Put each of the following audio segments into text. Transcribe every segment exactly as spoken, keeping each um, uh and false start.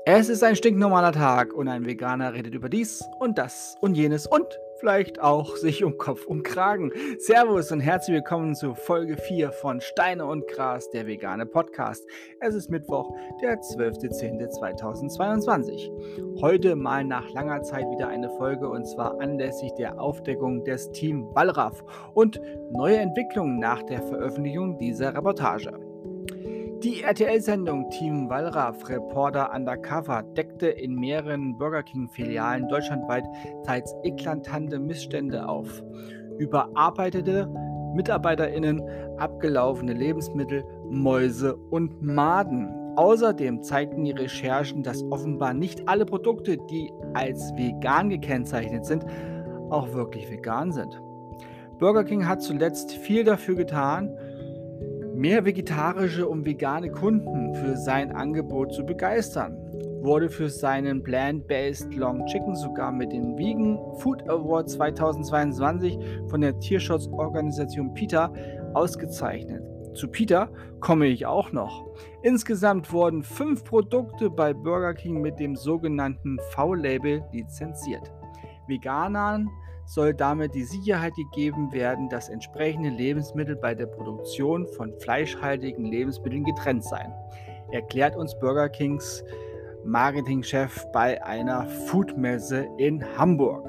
Es ist ein stinknormaler Tag und ein Veganer redet über dies und das und jenes und vielleicht auch sich um Kopf und Kragen. Servus und herzlich willkommen zu Folge vier von Steine und Gras, der vegane Podcast. Es ist Mittwoch, der zwölfter zehnter zweitausendzweiundzwanzig. Heute mal nach langer Zeit wieder eine Folge und zwar anlässlich der Aufdeckung des Team Wallraff und neue Entwicklungen nach der Veröffentlichung dieser Reportage. Die R T L-Sendung Team Wallraff Reporter Undercover deckte in mehreren Burger King-Filialen deutschlandweit teils eklatante Missstände auf. Überarbeitete MitarbeiterInnen, abgelaufene Lebensmittel, Mäuse und Maden. Außerdem zeigten die Recherchen, dass offenbar nicht alle Produkte, die als vegan gekennzeichnet sind, auch wirklich vegan sind. Burger King hat zuletzt viel dafür getan, mehr vegetarische und vegane Kunden für sein Angebot zu begeistern, wurde für seinen Plant-Based Long Chicken sogar mit dem Vegan Food Award zweitausendzweiundzwanzig von der Tierschutzorganisation PETA ausgezeichnet. Zu PETA komme ich auch noch. Insgesamt wurden fünf Produkte bei Burger King mit dem sogenannten V-Label lizenziert. Veganern soll damit die Sicherheit gegeben werden, dass entsprechende Lebensmittel bei der Produktion von fleischhaltigen Lebensmitteln getrennt seien, erklärt uns Burger Kings Marketingchef bei einer Foodmesse in Hamburg.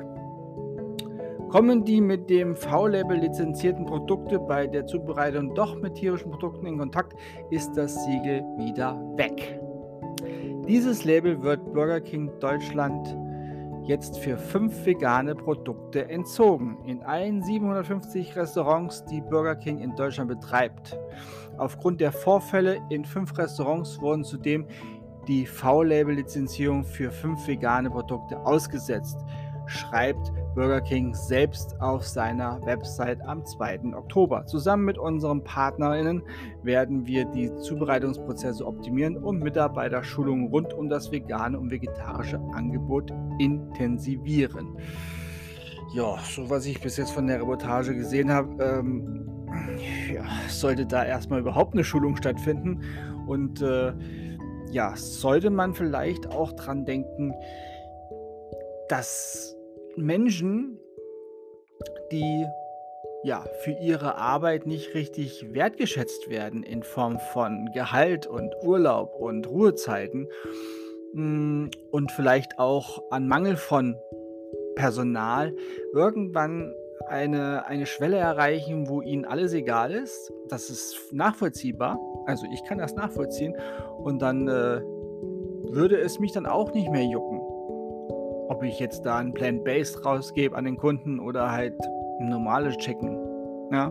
Kommen die mit dem V-Label lizenzierten Produkte bei der Zubereitung doch mit tierischen Produkten in Kontakt, ist das Siegel wieder weg. Dieses Label wird Burger King Deutschland jetzt für fünf vegane Produkte entzogen. In allen siebenhundertfünfzig Restaurants, die Burger King in Deutschland betreibt. Aufgrund der Vorfälle in fünf Restaurants wurden zudem die V-Label-Lizenzierung für fünf vegane Produkte ausgesetzt, schreibt Burger King selbst auf seiner Website am zweiten Oktober. Zusammen mit unseren PartnerInnen werden wir die Zubereitungsprozesse optimieren und Mitarbeiterschulungen rund um das vegane und vegetarische Angebot intensivieren. Ja, so was ich bis jetzt von der Reportage gesehen habe, ähm, ja, sollte da erstmal überhaupt eine Schulung stattfinden und äh, ja, sollte man vielleicht auch dran denken, dass Menschen, die ja für ihre Arbeit nicht richtig wertgeschätzt werden in Form von Gehalt und Urlaub und Ruhezeiten mm, und vielleicht auch an Mangel von Personal irgendwann eine, eine Schwelle erreichen, wo ihnen alles egal ist. Das ist nachvollziehbar. Also ich kann das nachvollziehen und dann äh, würde es mich dann auch nicht mehr jucken, ob ich jetzt da ein Plant-Based rausgebe an den Kunden oder halt ein normales Chicken. Ja.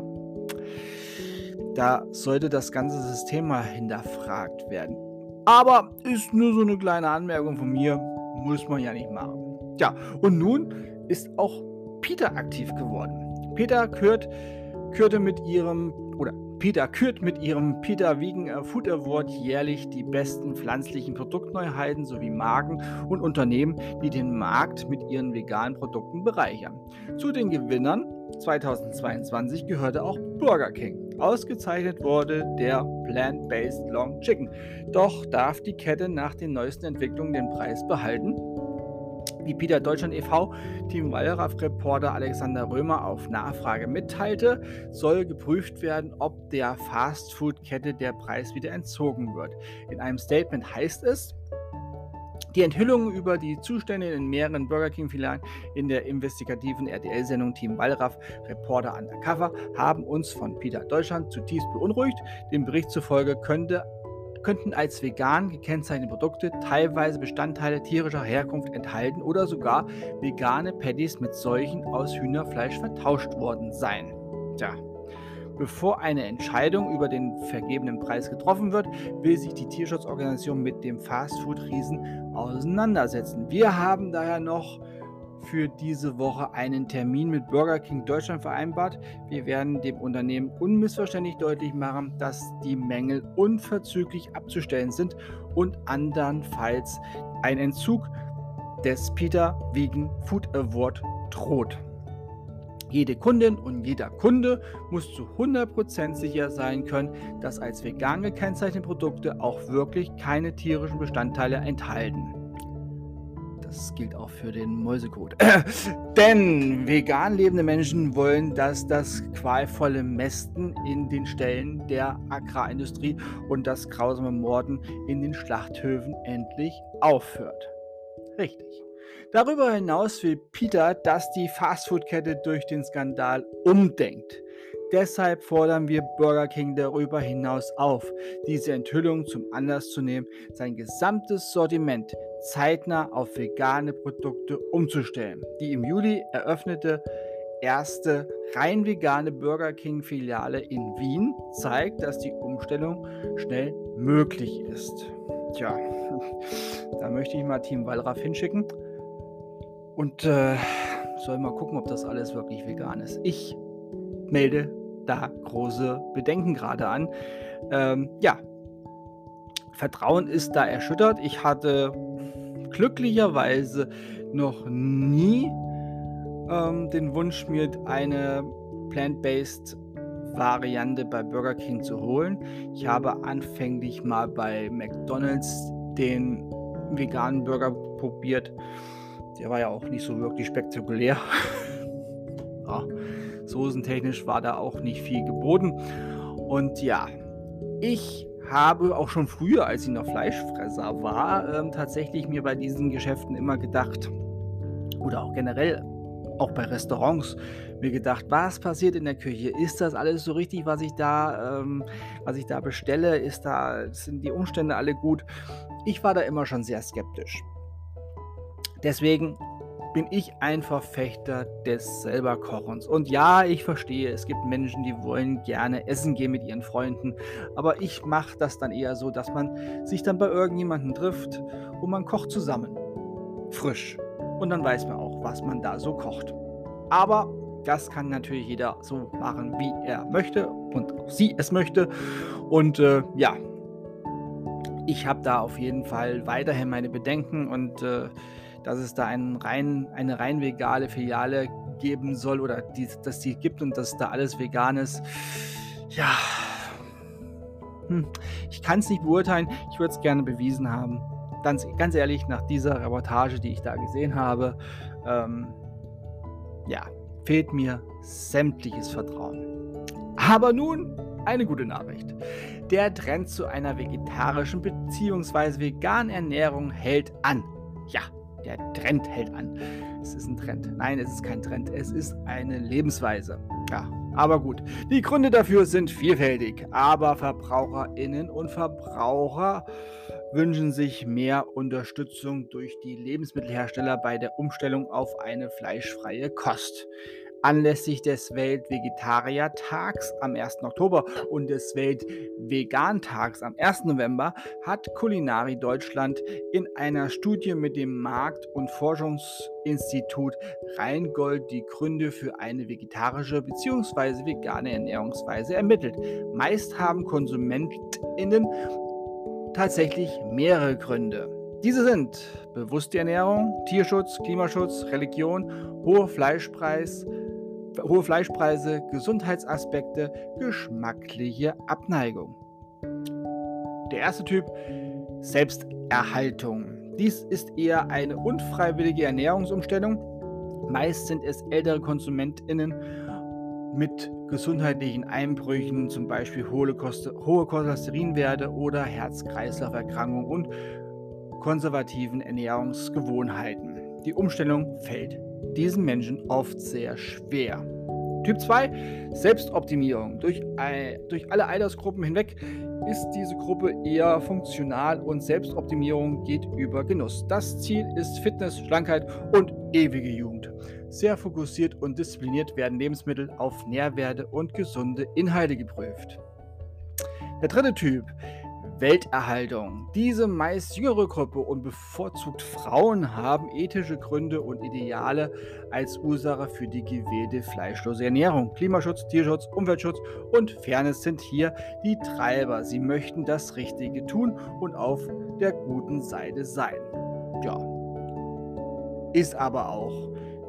Da sollte das ganze System mal hinterfragt werden. Aber ist nur so eine kleine Anmerkung von mir, muss man ja nicht machen. Ja, und nun ist auch PETA aktiv geworden. PETA kürt, kürte mit ihrem, oder PETA kürt mit ihrem PETA Vegan Food Award jährlich die besten pflanzlichen Produktneuheiten sowie Marken und Unternehmen, die den Markt mit ihren veganen Produkten bereichern. Zu den Gewinnern zweitausendzweiundzwanzig gehörte auch Burger King. Ausgezeichnet wurde der Plant-Based Long Chicken. Doch darf die Kette nach den neuesten Entwicklungen den Preis behalten? Wie PETA Deutschland e V Team Wallraff-Reporter Alexander Römer auf Nachfrage mitteilte, soll geprüft werden, ob der Fastfood-Kette der Preis wieder entzogen wird. In einem Statement heißt es, die Enthüllungen über die Zustände in mehreren Burger King-Filialen in der investigativen R T L-Sendung Team Wallraff Reporter Undercover haben uns von PETA Deutschland zutiefst beunruhigt. Dem Bericht zufolge könnte könnten als vegan gekennzeichnete Produkte teilweise Bestandteile tierischer Herkunft enthalten oder sogar vegane Patties mit solchen aus Hühnerfleisch vertauscht worden sein. Tja, bevor eine Entscheidung über den vergebenen Preis getroffen wird, will sich die Tierschutzorganisation mit dem Fastfood-Riesen auseinandersetzen. Wir haben daher noch für diese Woche einen Termin mit Burger King Deutschland vereinbart. Wir werden dem Unternehmen unmissverständlich deutlich machen, dass die Mängel unverzüglich abzustellen sind und andernfalls ein Entzug des PETA Vegan Food Award droht. Jede Kundin und jeder Kunde muss zu hundert Prozent sicher sein können, dass als vegan gekennzeichnete Produkte auch wirklich keine tierischen Bestandteile enthalten. Das gilt auch für den Mäusekot. Denn vegan lebende Menschen wollen, dass das qualvolle Mästen in den Ställen der Agrarindustrie und das grausame Morden in den Schlachthöfen endlich aufhört. Richtig. Darüber hinaus will Peter, dass die Fastfood-Kette durch den Skandal umdenkt. Deshalb fordern wir Burger King darüber hinaus auf, diese Enthüllung zum Anlass zu nehmen, sein gesamtes Sortiment zeitnah auf vegane Produkte umzustellen. Die im Juli eröffnete erste rein vegane Burger King-Filiale in Wien zeigt, dass die Umstellung schnell möglich ist. Tja, da möchte ich mal Team Wallraff hinschicken und äh, soll mal gucken, ob das alles wirklich vegan ist. Ich melde da große Bedenken gerade an. Ähm, ja, Vertrauen ist da erschüttert. Ich hatte glücklicherweise noch nie ähm, den Wunsch, mir eine plant-based Variante bei Burger King zu holen. Ich habe anfänglich mal bei McDonald's den veganen Burger probiert. Der war ja auch nicht so wirklich spektakulär. Ja, soßentechnisch war da auch nicht viel geboten. Und ja, ich habe auch schon früher, als ich noch Fleischfresser war, ähm, tatsächlich mir bei diesen Geschäften immer gedacht, oder auch generell, auch bei Restaurants, mir gedacht, was passiert in der Küche? Ist das alles so richtig, was ich da, ähm, was ich da bestelle? Ist da, sind die Umstände alle gut? Ich war da immer schon sehr skeptisch. Deswegen bin ich ein Verfechter des Selberkochens. Und ja, ich verstehe, es gibt Menschen, die wollen gerne essen gehen mit ihren Freunden. Aber ich mache das dann eher so, dass man sich dann bei irgendjemandem trifft und man kocht zusammen. Frisch. Und dann weiß man auch, was man da so kocht. Aber das kann natürlich jeder so machen, wie er möchte und auch sie es möchte. Und äh, ja, ich habe da auf jeden Fall weiterhin meine Bedenken und äh, dass es da einen rein, eine rein vegane Filiale geben soll oder die, dass die gibt und dass da alles vegan ist. Ja, hm. Ich kann es nicht beurteilen. Ich würde es gerne bewiesen haben. Ganz, ganz ehrlich, nach dieser Reportage, die ich da gesehen habe, ähm, ja, fehlt mir sämtliches Vertrauen. Aber nun eine gute Nachricht. Der Trend zu einer vegetarischen bzw. veganen Ernährung hält an. Ja, der Trend hält an. Es ist ein Trend. Nein, es ist kein Trend. Es ist eine Lebensweise. Ja, aber gut. Die Gründe dafür sind vielfältig. Aber VerbraucherInnen und Verbraucher wünschen sich mehr Unterstützung durch die Lebensmittelhersteller bei der Umstellung auf eine fleischfreie Kost. Anlässlich des Weltvegetariertags am ersten Oktober und des Weltvegantags am ersten November hat Kulinari Deutschland in einer Studie mit dem Markt- und Forschungsinstitut Rheingold die Gründe für eine vegetarische bzw. vegane Ernährungsweise ermittelt. Meist haben KonsumentInnen tatsächlich mehrere Gründe. Diese sind bewusste Ernährung, Tierschutz, Klimaschutz, Religion, hoher Fleischpreis, hohe Fleischpreise, Gesundheitsaspekte, geschmackliche Abneigung. Der erste Typ, Selbsterhaltung. Dies ist eher eine unfreiwillige Ernährungsumstellung. Meist sind es ältere KonsumentInnen mit gesundheitlichen Einbrüchen, zum Beispiel hohe, hohe Cholesterinwerte oder Herz-Kreislauf-Erkrankungen und konservativen Ernährungsgewohnheiten. Die Umstellung fällt diesen Menschen oft sehr schwer. Typ zwei, Selbstoptimierung. Durch, durch alle Altersgruppen hinweg ist diese Gruppe eher funktional und Selbstoptimierung geht über Genuss. Das Ziel ist Fitness, Schlankheit und ewige Jugend. Sehr fokussiert und diszipliniert werden Lebensmittel auf Nährwerte und gesunde Inhalte geprüft. Der dritte Typ, Welterhaltung. Diese meist jüngere Gruppe und bevorzugt Frauen haben ethische Gründe und Ideale als Ursache für die gewählte fleischlose Ernährung. Klimaschutz, Tierschutz, Umweltschutz und Fairness sind hier die Treiber. Sie möchten das Richtige tun und auf der guten Seite sein. Ja, ist aber auch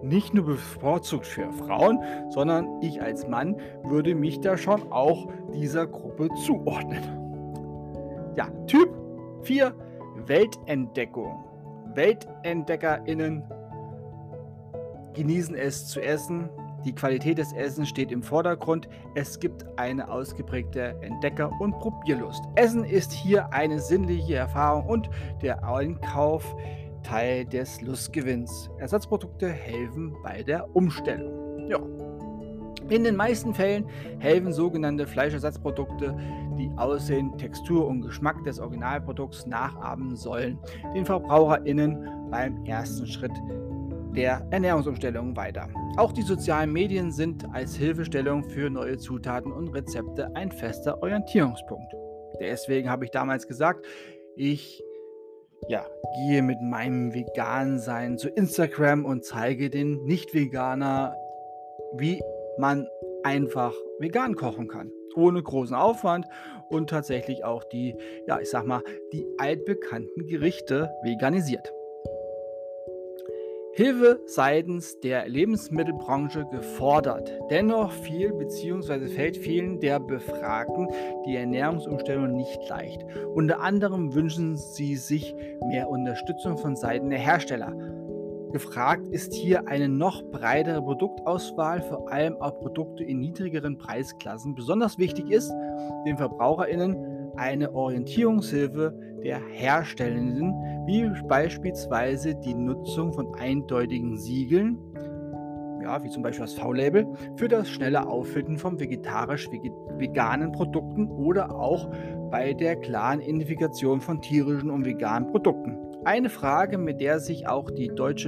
nicht nur bevorzugt für Frauen, sondern ich als Mann würde mich da schon auch dieser Gruppe zuordnen. Ja, Typ vier, Weltentdeckung. WeltentdeckerInnen genießen es zu essen. Die Qualität des Essens steht im Vordergrund. Es gibt eine ausgeprägte Entdecker- und Probierlust. Essen ist hier eine sinnliche Erfahrung und der Einkauf Teil des Lustgewinns. Ersatzprodukte helfen bei der Umstellung. Ja. In den meisten Fällen helfen sogenannte Fleischersatzprodukte, die Aussehen, Textur und Geschmack des Originalprodukts nachahmen sollen, den VerbraucherInnen beim ersten Schritt der Ernährungsumstellung weiter. Auch die sozialen Medien sind als Hilfestellung für neue Zutaten und Rezepte ein fester Orientierungspunkt. Deswegen habe ich damals gesagt, ich ja, gehe mit meinem Vegan-Sein zu Instagram und zeige den Nicht-Veganer, wie man einfach vegan kochen kann. Ohne großen Aufwand und tatsächlich auch die, ja, ich sag mal, die altbekannten Gerichte veganisiert. Hilfe seitens der Lebensmittelbranche gefordert. Dennoch fiel bzw. fällt vielen der Befragten die Ernährungsumstellung nicht leicht. Unter anderem wünschen sie sich mehr Unterstützung von Seiten der Hersteller. Gefragt ist hier eine noch breitere Produktauswahl, vor allem auch Produkte in niedrigeren Preisklassen. Besonders wichtig ist, den VerbraucherInnen eine Orientierungshilfe der Herstellenden, wie beispielsweise die Nutzung von eindeutigen Siegeln, ja, wie zum Beispiel das V-Label, für das schnelle Auffinden von vegetarisch-veganen Produkten oder auch bei der klaren Identifikation von tierischen und veganen Produkten. Eine Frage, mit der sich auch die Deutsche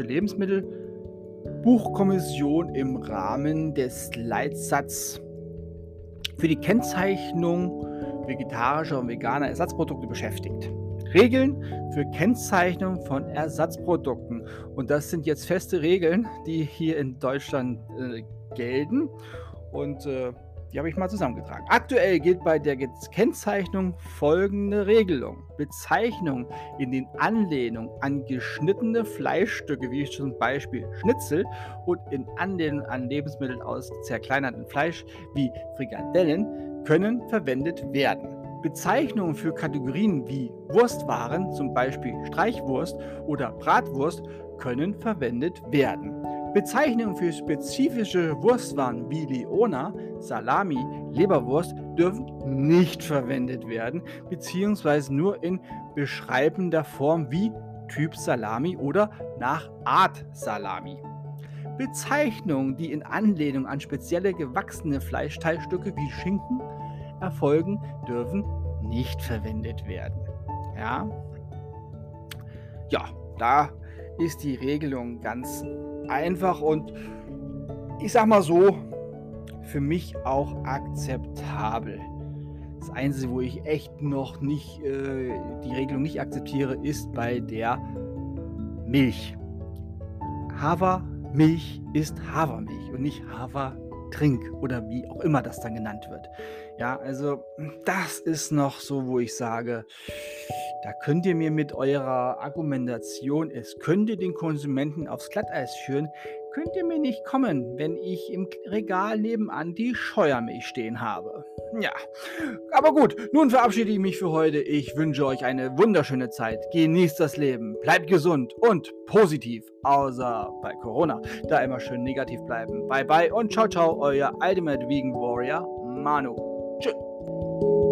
Lebensmittelbuchkommission im Rahmen des Leitsatzes für die Kennzeichnung vegetarischer und veganer Ersatzprodukte beschäftigt. Regeln für Kennzeichnung von Ersatzprodukten. Und das sind jetzt feste Regeln, die hier in Deutschland äh, gelten. Und äh, die habe ich mal zusammengetragen. Aktuell gilt bei der Kennzeichnung folgende Regelung. Bezeichnung in den Anlehnung an geschnittene Fleischstücke, wie zum Beispiel Schnitzel, und in Anlehnung an Lebensmittel aus zerkleinertem Fleisch, wie Frikadellen, können verwendet werden. Bezeichnungen für Kategorien wie Wurstwaren, zum Beispiel Streichwurst oder Bratwurst, können verwendet werden. Bezeichnungen für spezifische Wurstwaren wie Leona, Salami, Leberwurst dürfen nicht verwendet werden, beziehungsweise nur in beschreibender Form wie Typ Salami oder nach Art Salami. Bezeichnungen, die in Anlehnung an spezielle gewachsene Fleischteilstücke wie Schinken erfolgen, dürfen nicht verwendet werden. Ja, ja, da ist die Regelung ganz einfach und ich sag mal so, für mich auch akzeptabel. Das Einzige, wo ich echt noch nicht äh, die Regelung nicht akzeptiere, ist bei der Milch. Hafermilch ist Hafermilch und nicht Hafertrink oder wie auch immer das dann genannt wird. Ja, also das ist noch so, wo ich sage, da könnt ihr mir mit eurer Argumentation, es könnte den Konsumenten aufs Glatteis führen, könnt ihr mir nicht kommen, wenn ich im Regal nebenan die Scheuermilch stehen habe. Ja, aber gut, nun verabschiede ich mich für heute. Ich wünsche euch eine wunderschöne Zeit. Genießt das Leben, bleibt gesund und positiv, außer bei Corona. Da immer schön negativ bleiben. Bye bye und ciao ciao, euer Ultimate Vegan Warrior Manu. Tschüss.